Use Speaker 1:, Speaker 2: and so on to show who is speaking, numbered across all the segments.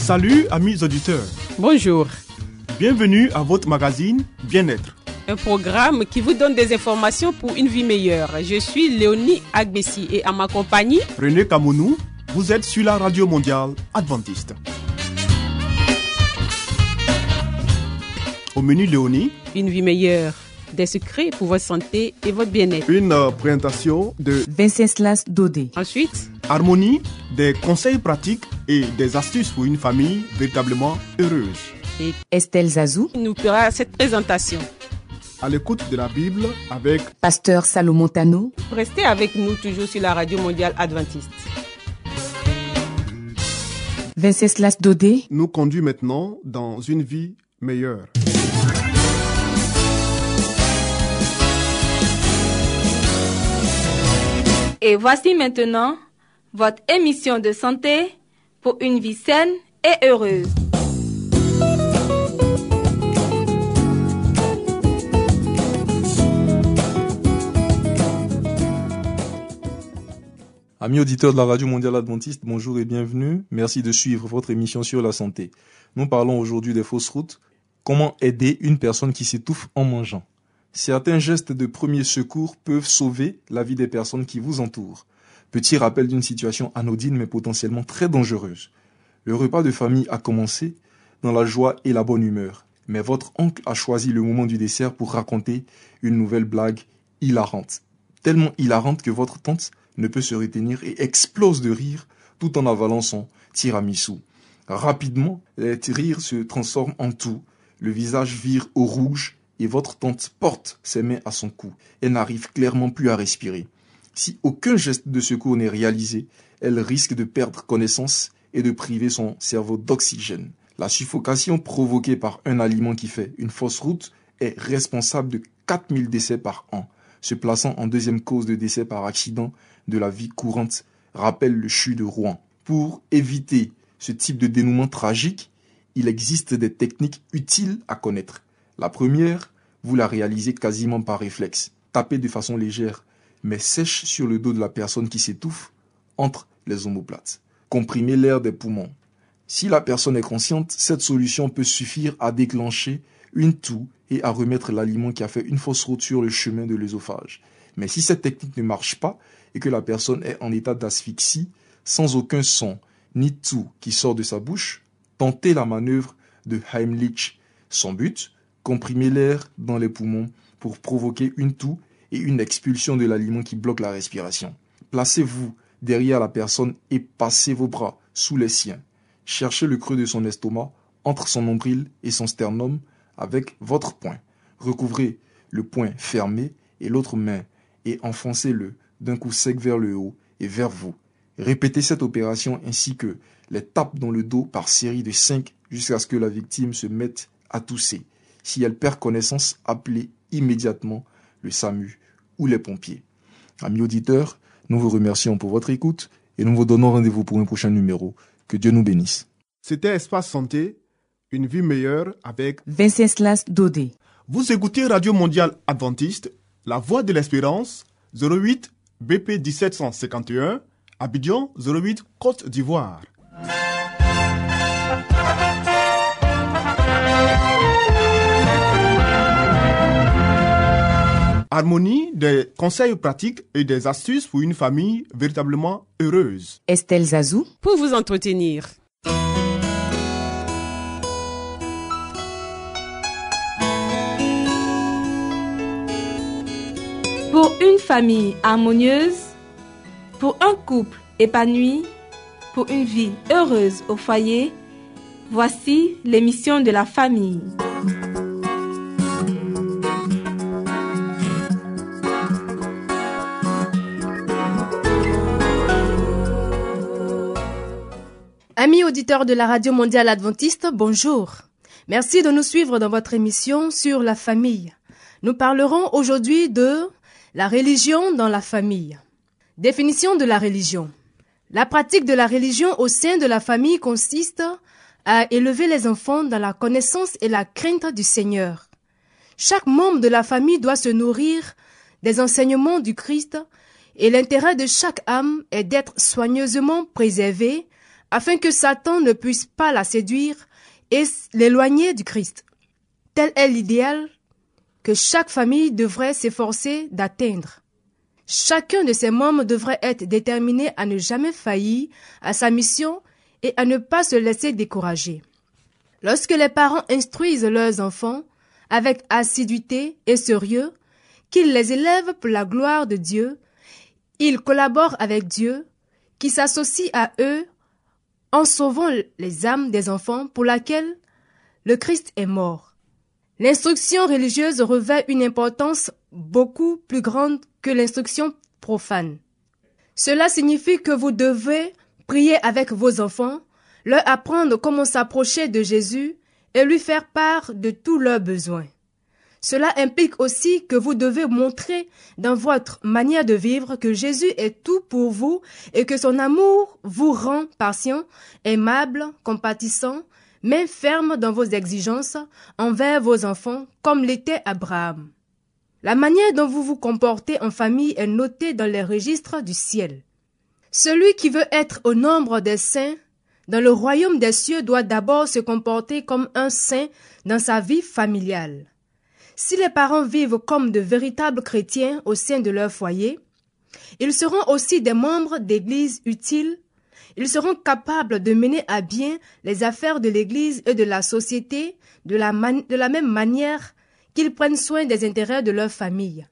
Speaker 1: Salut amis auditeurs.
Speaker 2: Bonjour.
Speaker 1: Bienvenue à votre magazine Bien-être.
Speaker 2: Un programme qui vous donne des informations pour une vie meilleure. Je suis Léonie Agbessi et à ma compagnie,
Speaker 1: René Kamounou, vous êtes sur la radio mondiale adventiste. Au menu Léonie,
Speaker 2: une vie meilleure, des secrets pour votre santé et votre bien-être.
Speaker 1: Une présentation de
Speaker 3: Venceslas Dodé.
Speaker 2: Ensuite,
Speaker 1: Harmonie, des conseils pratiques et des astuces pour une famille véritablement heureuse.
Speaker 2: Et
Speaker 3: Estelle Zazou
Speaker 2: nous fera cette présentation.
Speaker 1: À l'écoute de la Bible avec
Speaker 3: Pasteur Salomon Tano.
Speaker 2: Restez avec nous toujours sur la radio mondiale adventiste.
Speaker 3: Venceslas Dodé
Speaker 1: nous conduit maintenant dans une vie meilleure.
Speaker 4: Et voici maintenant votre émission de santé pour une vie saine et heureuse.
Speaker 5: Amis auditeurs de la Radio Mondiale Adventiste, bonjour et bienvenue. Merci de suivre votre émission sur la santé. Nous parlons aujourd'hui des fausses routes. Comment aider une personne qui s'étouffe en mangeant? Certains gestes de premier secours peuvent sauver la vie des personnes qui vous entourent. Petit rappel d'une situation anodine mais potentiellement très dangereuse. Le repas de famille a commencé dans la joie et la bonne humeur. Mais votre oncle a choisi le moment du dessert pour raconter une nouvelle blague hilarante. Tellement hilarante que votre tante ne peut se retenir et explose de rire tout en avalant son tiramisu. Rapidement, les rires se transforment en toux. Le visage vire au rouge et votre tante porte ses mains à son cou. Elle n'arrive clairement plus à respirer. Si aucun geste de secours n'est réalisé, elle risque de perdre connaissance et de priver son cerveau d'oxygène. La suffocation provoquée par un aliment qui fait une fausse route est responsable de 4000 décès par an, se plaçant en deuxième cause de décès par accident de la vie courante, rappelle le CHU de Rouen. Pour éviter ce type de dénouement tragique, il existe des techniques utiles à connaître. La première, vous la réalisez quasiment par réflexe. Tapez de façon légère, mais sèche sur le dos de la personne qui s'étouffe entre les omoplates. Comprimez l'air des poumons. Si la personne est consciente, cette solution peut suffire à déclencher une toux et à remettre l'aliment qui a fait une fausse route sur le chemin de l'œsophage. Mais si cette technique ne marche pas et que la personne est en état d'asphyxie, sans aucun son ni toux qui sort de sa bouche, tentez la manœuvre de Heimlich. Son but, comprimer l'air dans les poumons pour provoquer une toux et une expulsion de l'aliment qui bloque la respiration. Placez-vous derrière la personne et passez vos bras sous les siens. Cherchez le creux de son estomac entre son nombril et son sternum avec votre poing. Recouvrez le poing fermé et l'autre main et enfoncez-le d'un coup sec vers le haut et vers vous. Répétez cette opération ainsi que les tapes dans le dos par série de 5 jusqu'à ce que la victime se mette à tousser. Si elle perd connaissance, appelez immédiatement le SAMU ou les pompiers. Amis auditeurs, nous vous remercions pour votre écoute et nous vous donnons rendez-vous pour un prochain numéro. Que Dieu nous bénisse.
Speaker 1: C'était Espace Santé, une vie meilleure avec
Speaker 3: Venceslas Dodé.
Speaker 1: Vous écoutez Radio Mondiale Adventiste, La Voix de l'Espérance, 08 BP 1751, Abidjan 08 Côte d'Ivoire. Harmonie, des conseils pratiques et des astuces pour une famille véritablement heureuse.
Speaker 3: Estelle Zazou
Speaker 2: Pour vous entretenir.
Speaker 4: Pour une famille harmonieuse, pour un couple épanoui, pour une vie heureuse au foyer, voici l'émission de la famille.
Speaker 6: Amis auditeurs de la Radio Mondiale Adventiste, bonjour. Merci de nous suivre dans votre émission sur la famille. Nous parlerons aujourd'hui de la religion dans la famille. Définition de la religion. La pratique de la religion au sein de la famille consiste à élever les enfants dans la connaissance et la crainte du Seigneur. Chaque membre de la famille doit se nourrir des enseignements du Christ et l'intérêt de chaque âme est d'être soigneusement préservée afin que Satan ne puisse pas la séduire et l'éloigner du Christ. Tel est l'idéal que chaque famille devrait s'efforcer d'atteindre. Chacun de ses membres devrait être déterminé à ne jamais faillir à sa mission et à ne pas se laisser décourager. Lorsque les parents instruisent leurs enfants avec assiduité et sérieux, qu'ils les élèvent pour la gloire de Dieu, ils collaborent avec Dieu, qui s'associe à eux en sauvant les âmes des enfants pour laquelle le Christ est mort. L'instruction religieuse revêt une importance beaucoup plus grande que l'instruction profane. Cela signifie que vous devez prier avec vos enfants, leur apprendre comment s'approcher de Jésus et lui faire part de tous leurs besoins. Cela implique aussi que vous devez montrer dans votre manière de vivre que Jésus est tout pour vous et que son amour vous rend patient, aimable, compatissant, mais ferme dans vos exigences envers vos enfants comme l'était Abraham. La manière dont vous vous comportez en famille est notée dans les registres du ciel. Celui qui veut être au nombre des saints dans le royaume des cieux doit d'abord se comporter comme un saint dans sa vie familiale. Si les parents vivent comme de véritables chrétiens au sein de leur foyer, ils seront aussi des membres d'église utiles. Ils seront capables de mener à bien les affaires de l'église et de la société de la même manière qu'ils prennent soin des intérêts de leur famille.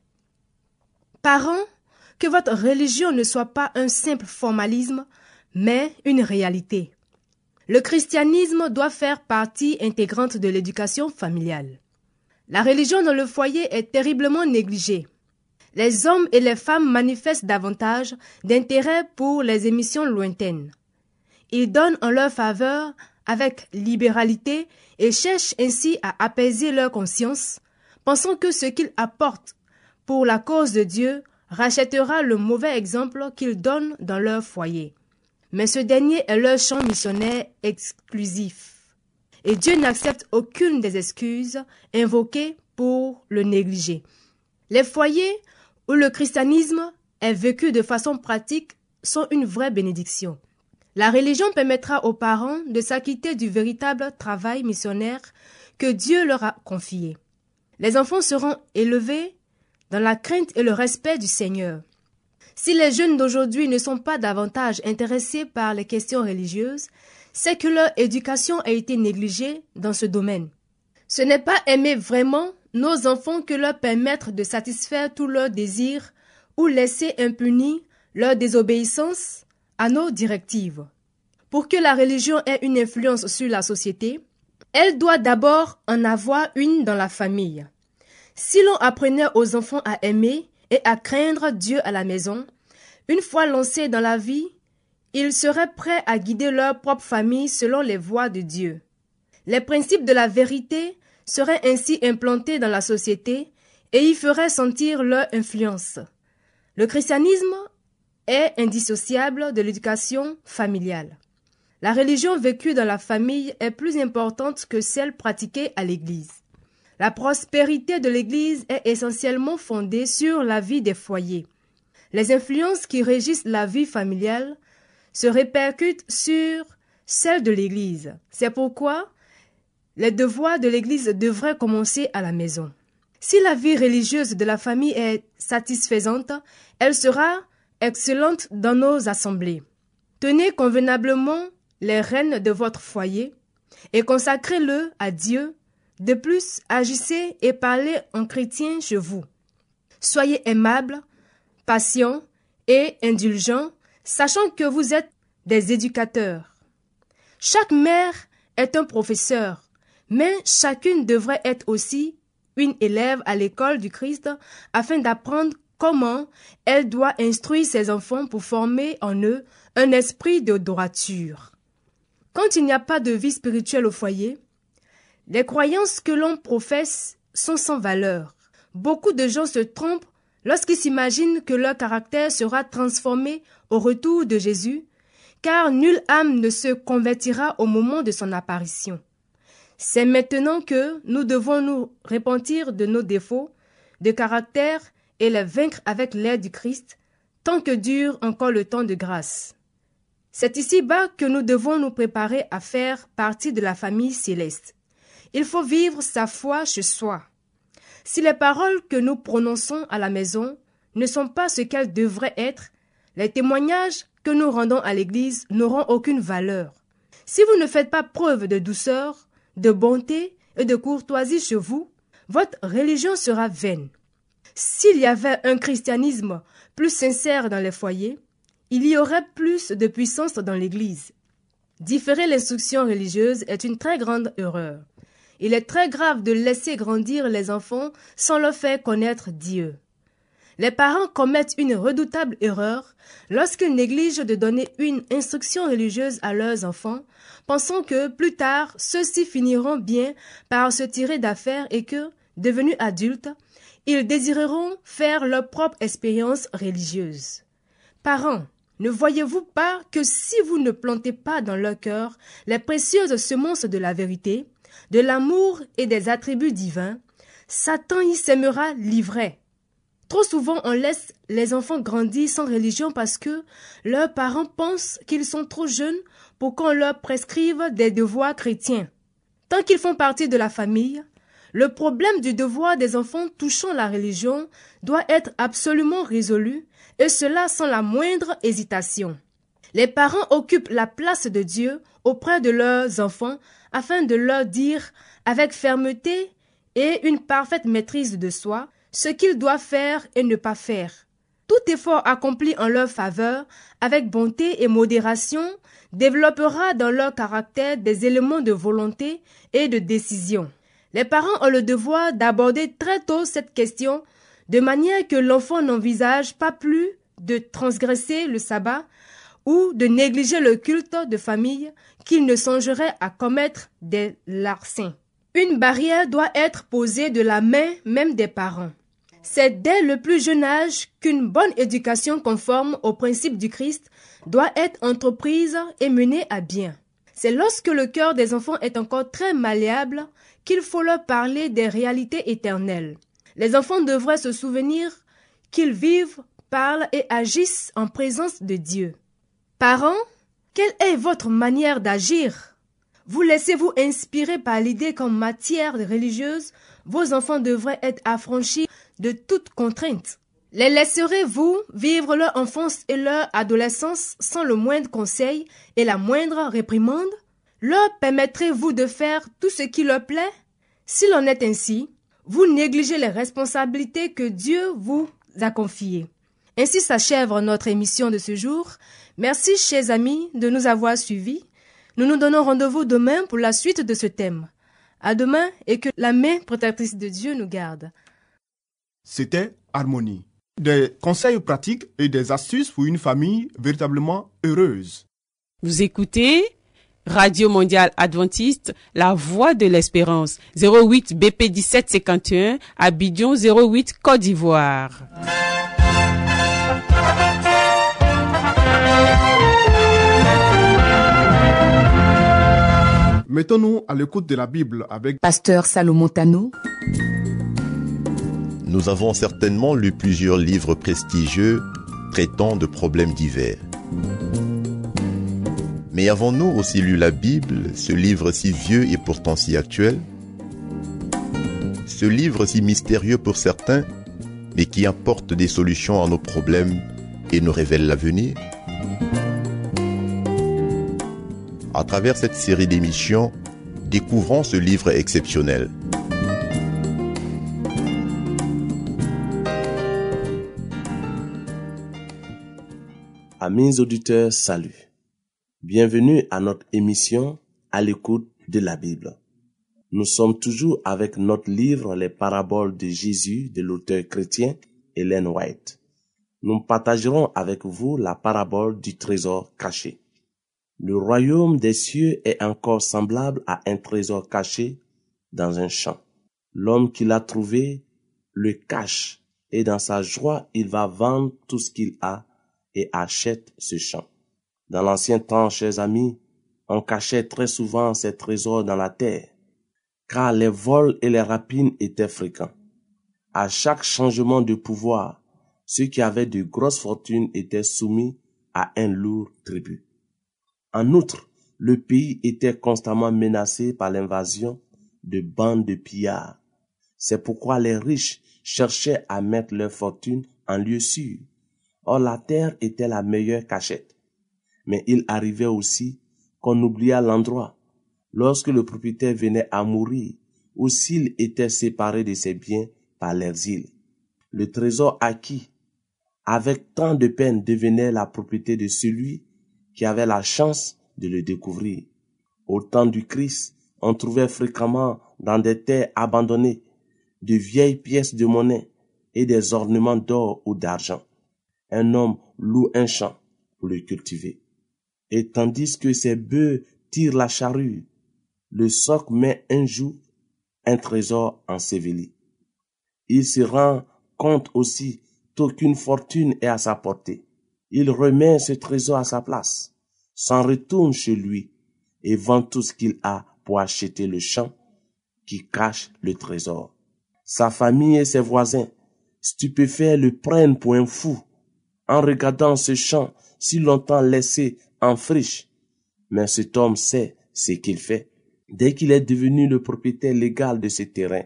Speaker 6: Parents, que votre religion ne soit pas un simple formalisme, mais une réalité. Le christianisme doit faire partie intégrante de l'éducation familiale. La religion dans le foyer est terriblement négligée. Les hommes et les femmes manifestent davantage d'intérêt pour les émissions lointaines. Ils donnent en leur faveur avec libéralité et cherchent ainsi à apaiser leur conscience, pensant que ce qu'ils apportent pour la cause de Dieu rachètera le mauvais exemple qu'ils donnent dans leur foyer. Mais ce dernier est leur champ missionnaire exclusif. Et Dieu n'accepte aucune des excuses invoquées pour le négliger. Les foyers où le christianisme est vécu de façon pratique sont une vraie bénédiction. La religion permettra aux parents de s'acquitter du véritable travail missionnaire que Dieu leur a confié. Les enfants seront élevés dans la crainte et le respect du Seigneur. Si les jeunes d'aujourd'hui ne sont pas davantage intéressés par les questions religieuses, c'est que leur éducation a été négligée dans ce domaine. Ce n'est pas aimer vraiment nos enfants que leur permettre de satisfaire tous leurs désirs ou laisser impunis leur désobéissance à nos directives. Pour que la religion ait une influence sur la société, elle doit d'abord en avoir une dans la famille. Si l'on apprenait aux enfants à aimer et à craindre Dieu à la maison, une fois lancés dans la vie, ils seraient prêts à guider leur propre famille selon les voies de Dieu. Les principes de la vérité seraient ainsi implantés dans la société et y feraient sentir leur influence. Le christianisme est indissociable de l'éducation familiale. La religion vécue dans la famille est plus importante que celle pratiquée à l'église. La prospérité de l'église est essentiellement fondée sur la vie des foyers. Les influences qui régissent la vie familiale se répercutent sur celle de l'église. C'est pourquoi les devoirs de l'église devraient commencer à la maison. Si la vie religieuse de la famille est satisfaisante, elle sera excellente dans nos assemblées. Tenez convenablement les rênes de votre foyer et consacrez-le à Dieu. De plus, agissez et parlez en chrétien chez vous. Soyez aimables, patients et indulgents, sachant que vous êtes des éducateurs. Chaque mère est un professeur, mais chacune devrait être aussi une élève à l'école du Christ afin d'apprendre comment elle doit instruire ses enfants pour former en eux un esprit de droiture. Quand il n'y a pas de vie spirituelle au foyer, les croyances que l'on professe sont sans valeur. Beaucoup de gens se trompent lorsqu'ils s'imaginent que leur caractère sera transformé au retour de Jésus, car nulle âme ne se convertira au moment de son apparition. C'est maintenant que nous devons nous repentir de nos défauts de caractère et les vaincre avec l'aide du Christ, tant que dure encore le temps de grâce. C'est ici-bas que nous devons nous préparer à faire partie de la famille céleste. Il faut vivre sa foi chez soi. Si les paroles que nous prononçons à la maison ne sont pas ce qu'elles devraient être, les témoignages que nous rendons à l'Église n'auront aucune valeur. Si vous ne faites pas preuve de douceur, de bonté et de courtoisie chez vous, votre religion sera vaine. S'il y avait un christianisme plus sincère dans les foyers, il y aurait plus de puissance dans l'Église. Différer l'instruction religieuse est une très grande erreur. Il est très grave de laisser grandir les enfants sans leur faire connaître Dieu. Les parents commettent une redoutable erreur lorsqu'ils négligent de donner une instruction religieuse à leurs enfants, pensant que plus tard, ceux-ci finiront bien par se tirer d'affaire et que, devenus adultes, ils désireront faire leur propre expérience religieuse. Parents, ne voyez-vous pas que si vous ne plantez pas dans leur cœur les précieuses semences de la vérité, de l'amour et des attributs divins, Satan y sèmera l'ivraie. Trop souvent, on laisse les enfants grandir sans religion parce que leurs parents pensent qu'ils sont trop jeunes pour qu'on leur prescrive des devoirs chrétiens. Tant qu'ils font partie de la famille, le problème du devoir des enfants touchant la religion doit être absolument résolu, et cela sans la moindre hésitation. Les parents occupent la place de Dieu auprès de leurs enfants afin de leur dire avec fermeté et une parfaite maîtrise de soi ce qu'ils doivent faire et ne pas faire. Tout effort accompli en leur faveur, avec bonté et modération, développera dans leur caractère des éléments de volonté et de décision. Les parents ont le devoir d'aborder très tôt cette question, de manière que l'enfant n'envisage pas plus de transgresser le sabbat ou de négliger le culte de famille qu'il ne songerait à commettre des larcins. Une barrière doit être posée de la main même des parents. C'est dès le plus jeune âge qu'une bonne éducation conforme aux principes du Christ doit être entreprise et menée à bien. C'est lorsque le cœur des enfants est encore très malléable qu'il faut leur parler des réalités éternelles. Les enfants devraient se souvenir qu'ils vivent, parlent et agissent en présence de Dieu. Parents, quelle est votre manière d'agir? Vous laissez-vous inspirer par l'idée qu'en matière religieuse, vos enfants devraient être affranchis de toute contrainte? Les laisserez-vous vivre leur enfance et leur adolescence sans le moindre conseil et la moindre réprimande? Leur permettrez-vous de faire tout ce qui leur plaît? S'il en est ainsi, vous négligez les responsabilités que Dieu vous a confiées. Ainsi s'achève notre émission de ce jour. Merci, chers amis, de nous avoir suivis. Nous nous donnons rendez-vous demain pour la suite de ce thème. À demain et que la main protectrice de Dieu nous garde.
Speaker 1: C'était Harmonie. Des conseils pratiques et des astuces pour une famille véritablement heureuse.
Speaker 2: Vous écoutez Radio Mondiale Adventiste, la voix de l'espérance, 08 BP 1751, Abidjan 08, Côte d'Ivoire.
Speaker 1: Mettons-nous à l'écoute de la Bible avec
Speaker 3: Pasteur Salomon Tano.
Speaker 7: Nous avons certainement lu plusieurs livres prestigieux traitant de problèmes divers. Mais avons-nous aussi lu la Bible, ce livre si vieux et pourtant si actuel? Ce livre si mystérieux pour certains, mais qui apporte des solutions à nos problèmes et nous révèle l'avenir? À travers cette série d'émissions, découvrons ce livre exceptionnel.
Speaker 8: Amis auditeurs, salut. Bienvenue à notre émission à l'écoute de la Bible. Nous sommes toujours avec notre livre Les paraboles de Jésus de l'auteur chrétien Ellen White. Nous partagerons avec vous la parabole du trésor caché. Le royaume des cieux est encore semblable à un trésor caché dans un champ. L'homme qui l'a trouvé le cache et dans sa joie, il va vendre tout ce qu'il a et achète ce champ. Dans l'ancien temps, chers amis, on cachait très souvent ces trésors dans la terre, car les vols et les rapines étaient fréquents. À chaque changement de pouvoir, ceux qui avaient de grosses fortunes étaient soumis à un lourd tribut. En outre, le pays était constamment menacé par l'invasion de bandes de pillards. C'est pourquoi les riches cherchaient à mettre leur fortune en lieu sûr. Or, la terre était la meilleure cachette. Mais il arrivait aussi qu'on oubliât l'endroit lorsque le propriétaire venait à mourir ou s'il était séparé de ses biens par l'exil. Le trésor acquis avec tant de peine devenait la propriété de celui qui avait la chance de le découvrir. Au temps du Christ, on trouvait fréquemment dans des terres abandonnées de vieilles pièces de monnaie et des ornements d'or ou d'argent. Un homme loue un champ pour le cultiver. Et tandis que ses bœufs tirent la charrue, le soc met un jour un trésor enseveli. Il se rend compte aussi qu'aucune fortune est à sa portée. Il remet ce trésor à sa place, s'en retourne chez lui et vend tout ce qu'il a pour acheter le champ qui cache le trésor. Sa famille et ses voisins, stupéfaits, le prennent pour un fou en regardant ce champ si longtemps laissé en friche. Mais cet homme sait ce qu'il fait. Dès qu'il est devenu le propriétaire légal de ce terrain,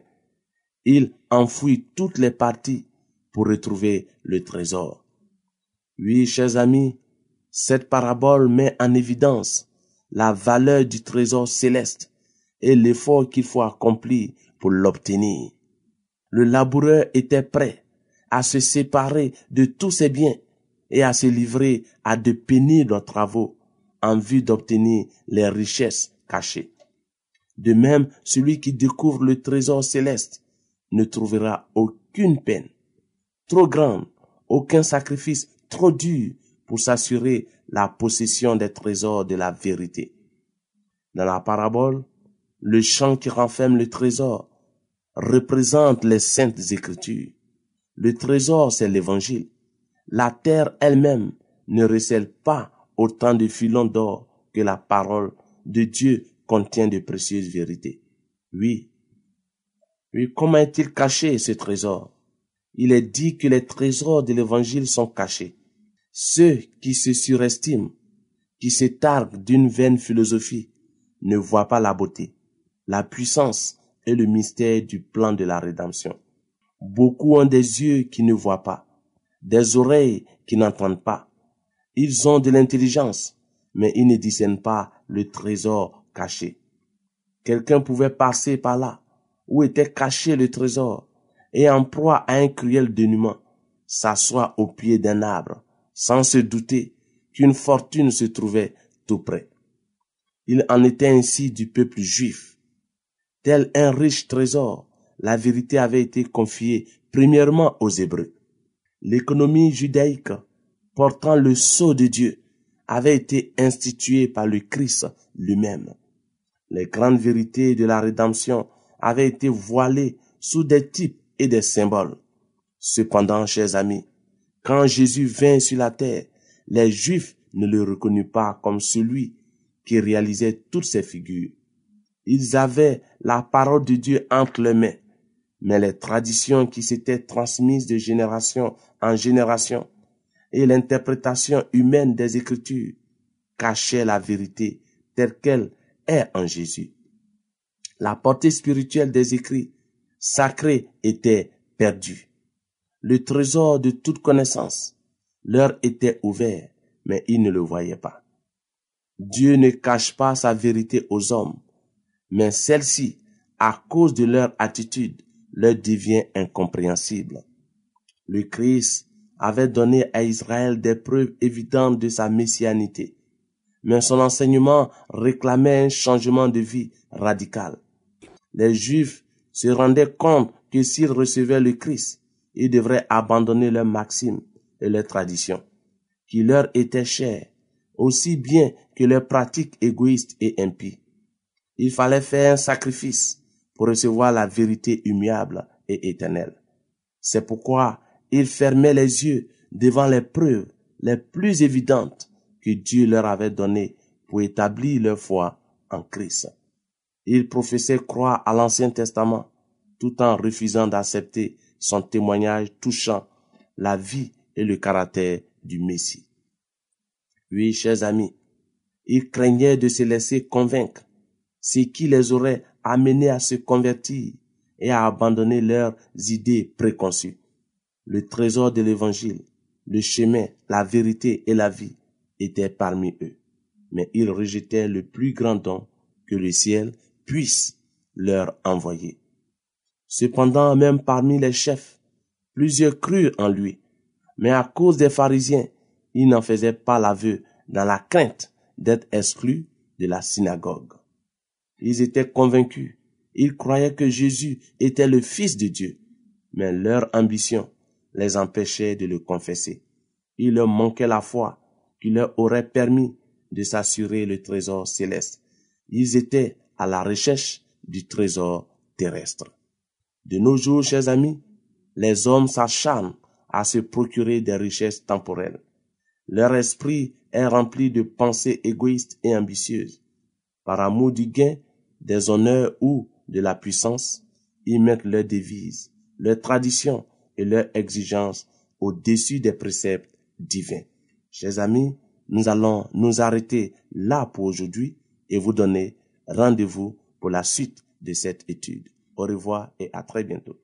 Speaker 8: il enfouit toutes les parties pour retrouver le trésor. Oui, chers amis, cette parabole met en évidence la valeur du trésor céleste et l'effort qu'il faut accomplir pour l'obtenir. Le laboureur était prêt à se séparer de tous ses biens et à se livrer à de pénibles travaux en vue d'obtenir les richesses cachées. De même, celui qui découvre le trésor céleste ne trouvera aucune peine trop grande, aucun sacrifice trop dur pour s'assurer la possession des trésors de la vérité. Dans la parabole, le champ qui renferme le trésor représente les saintes écritures. Le trésor, c'est l'évangile. La terre elle-même ne recèle pas autant de filons d'or que la parole de Dieu contient de précieuses vérités. Oui, comment est-il caché ce trésor? Il est dit que les trésors de l'évangile sont cachés. Ceux qui se surestiment, qui se targuent d'une vaine philosophie, ne voient pas la beauté, la puissance et le mystère du plan de la rédemption. Beaucoup ont des yeux qui ne voient pas, des oreilles qui n'entendent pas. Ils ont de l'intelligence, mais ils ne discernent pas le trésor caché. Quelqu'un pouvait passer par là, où était caché le trésor, et en proie à un cruel dénûment, s'asseoir au pied d'un arbre, sans se douter qu'une fortune se trouvait tout près. Il en était ainsi du peuple juif. Tel un riche trésor, la vérité avait été confiée premièrement aux Hébreux. L'économie judaïque, portant le sceau de Dieu, avait été instituée par le Christ lui-même. Les grandes vérités de la rédemption avaient été voilées sous des types et des symboles. Cependant, chers amis, quand Jésus vint sur la terre, les Juifs ne le reconnurent pas comme celui qui réalisait toutes ces figures. Ils avaient la parole de Dieu entre les mains, mais les traditions qui s'étaient transmises de génération en génération et l'interprétation humaine des Écritures cachaient la vérité telle qu'elle est en Jésus. La portée spirituelle des écrits sacrés était perdue. Le trésor de toute connaissance leur était ouvert, mais ils ne le voyaient pas. Dieu ne cache pas sa vérité aux hommes, mais celle-ci, à cause de leur attitude, leur devient incompréhensible. Le Christ avait donné à Israël des preuves évidentes de sa messianité, mais son enseignement réclamait un changement de vie radical. Les Juifs se rendaient compte que s'ils recevaient le Christ, ils devraient abandonner leurs maximes et leurs traditions, qui leur étaient chères, aussi bien que leurs pratiques égoïstes et impies. Il fallait faire un sacrifice pour recevoir la vérité immuable et éternelle. C'est pourquoi ils fermaient les yeux devant les preuves les plus évidentes que Dieu leur avait données pour établir leur foi en Christ. Ils professaient croire à l'Ancien Testament tout en refusant d'accepter son témoignage touchant la vie et le caractère du Messie. Oui, chers amis, Ils craignaient de se laisser convaincre, ce qui les aurait amenés à se convertir et à abandonner leurs idées préconçues. Le trésor de l'évangile, le chemin, la vérité et la vie étaient parmi eux. Mais ils rejetaient le plus grand don que le ciel puisse leur envoyer. Cependant, même parmi les chefs, plusieurs crurent en lui. Mais à cause des pharisiens, ils n'en faisaient pas l'aveu dans la crainte d'être exclus de la synagogue. Ils étaient convaincus. Ils croyaient que Jésus était le Fils de Dieu. Mais leur ambition les empêchait de le confesser. Il leur manquait la foi qui leur aurait permis de s'assurer le trésor céleste. Ils étaient à la recherche du trésor terrestre. De nos jours, chers amis, les hommes s'acharnent à se procurer des richesses temporelles. Leur esprit est rempli de pensées égoïstes et ambitieuses. Par amour du gain, des honneurs ou de la puissance, ils mettent leurs devises, leurs traditions et leurs exigences au-dessus des préceptes divins. Chers amis, nous allons nous arrêter là pour aujourd'hui et vous donner rendez-vous pour la suite de cette étude. Au revoir et à très bientôt.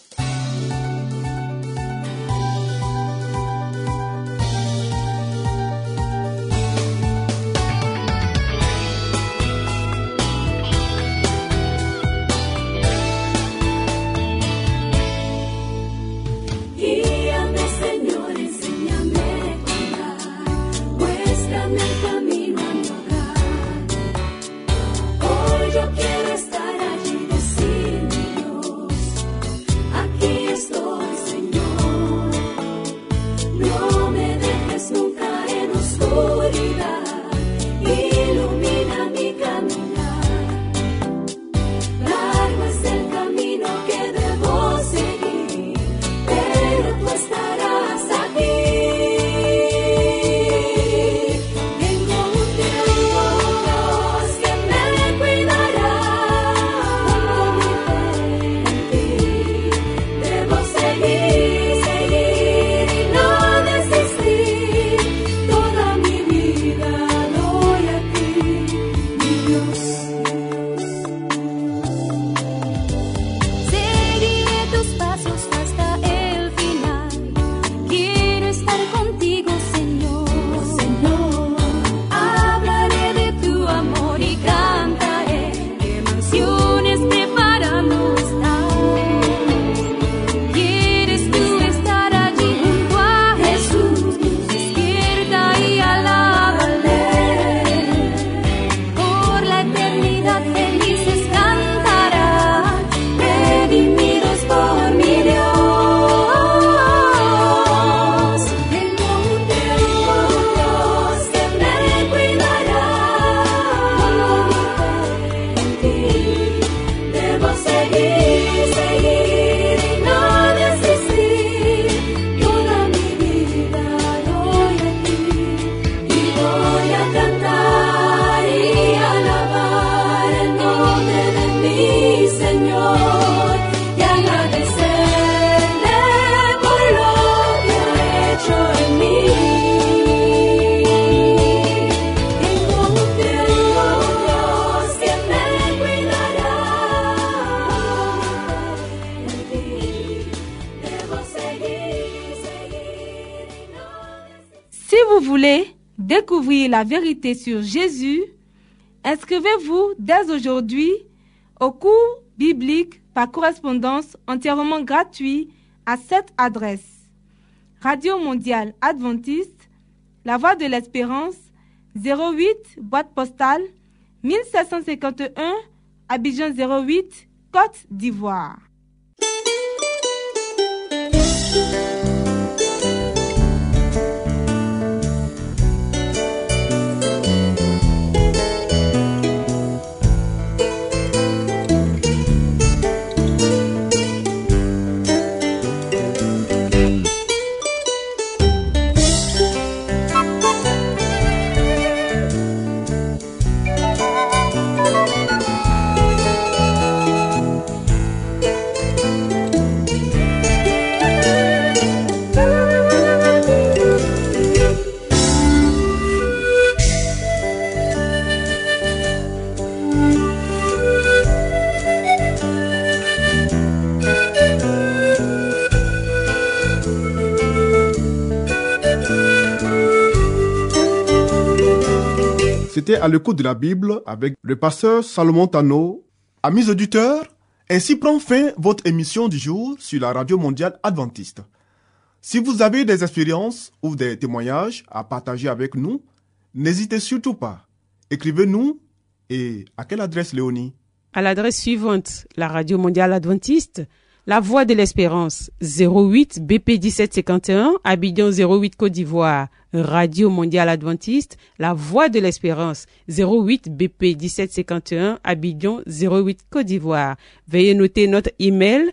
Speaker 4: Découvrir la vérité sur Jésus, inscrivez-vous dès aujourd'hui au cours biblique par correspondance entièrement gratuit à cette adresse. Radio Mondiale Adventiste, La Voix de l'Espérance, 08, boîte postale, 1751, Abidjan 08, Côte d'Ivoire.
Speaker 1: étaient à l'écoute de la Bible avec le pasteur Salomon Tano. Amis auditeurs, ainsi prend fin votre émission du jour sur la Radio Mondiale Adventiste. Si vous avez des expériences ou des témoignages à partager avec nous, n'hésitez surtout pas. Écrivez-nous et à quelle adresse, Léonie?
Speaker 2: À l'adresse suivante, la Radio Mondiale Adventiste, La Voix de l'Espérance, 08 BP 1751, Abidjan 08 Côte d'Ivoire. Radio Mondiale Adventiste, La Voix de l'Espérance, 08 BP 1751, Abidjan 08 Côte d'Ivoire. Veuillez noter notre email,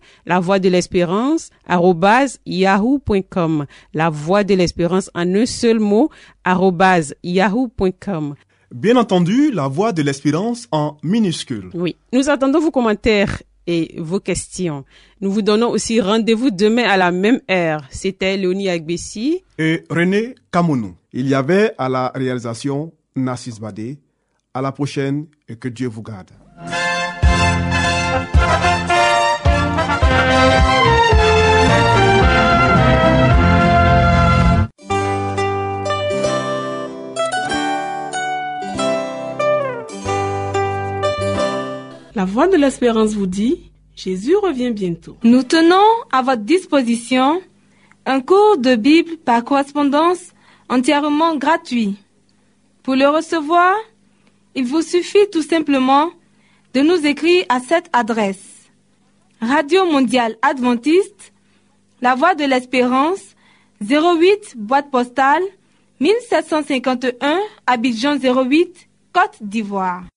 Speaker 2: lavoixdelespérance@yahoo.com. La Voix de l'Espérance en un seul mot, @yahoo.com.
Speaker 1: Bien entendu, La Voix de l'Espérance en minuscule.
Speaker 2: Oui, nous attendons vos commentaires et vos questions. Nous vous donnons aussi rendez-vous demain à la même heure. C'était Léonie Agbessi
Speaker 1: et René Kamounou. Il y avait à la réalisation Nassis Badé. À la prochaine et que Dieu vous garde.
Speaker 9: La Voix de l'Espérance vous dit, Jésus revient bientôt.
Speaker 4: Nous tenons à votre disposition un cours de Bible par correspondance entièrement gratuit. Pour le recevoir, il vous suffit tout simplement de nous écrire à cette adresse. Radio Mondiale Adventiste, La Voix de l'Espérance, 08 boîte postale 1751, Abidjan 08, Côte d'Ivoire.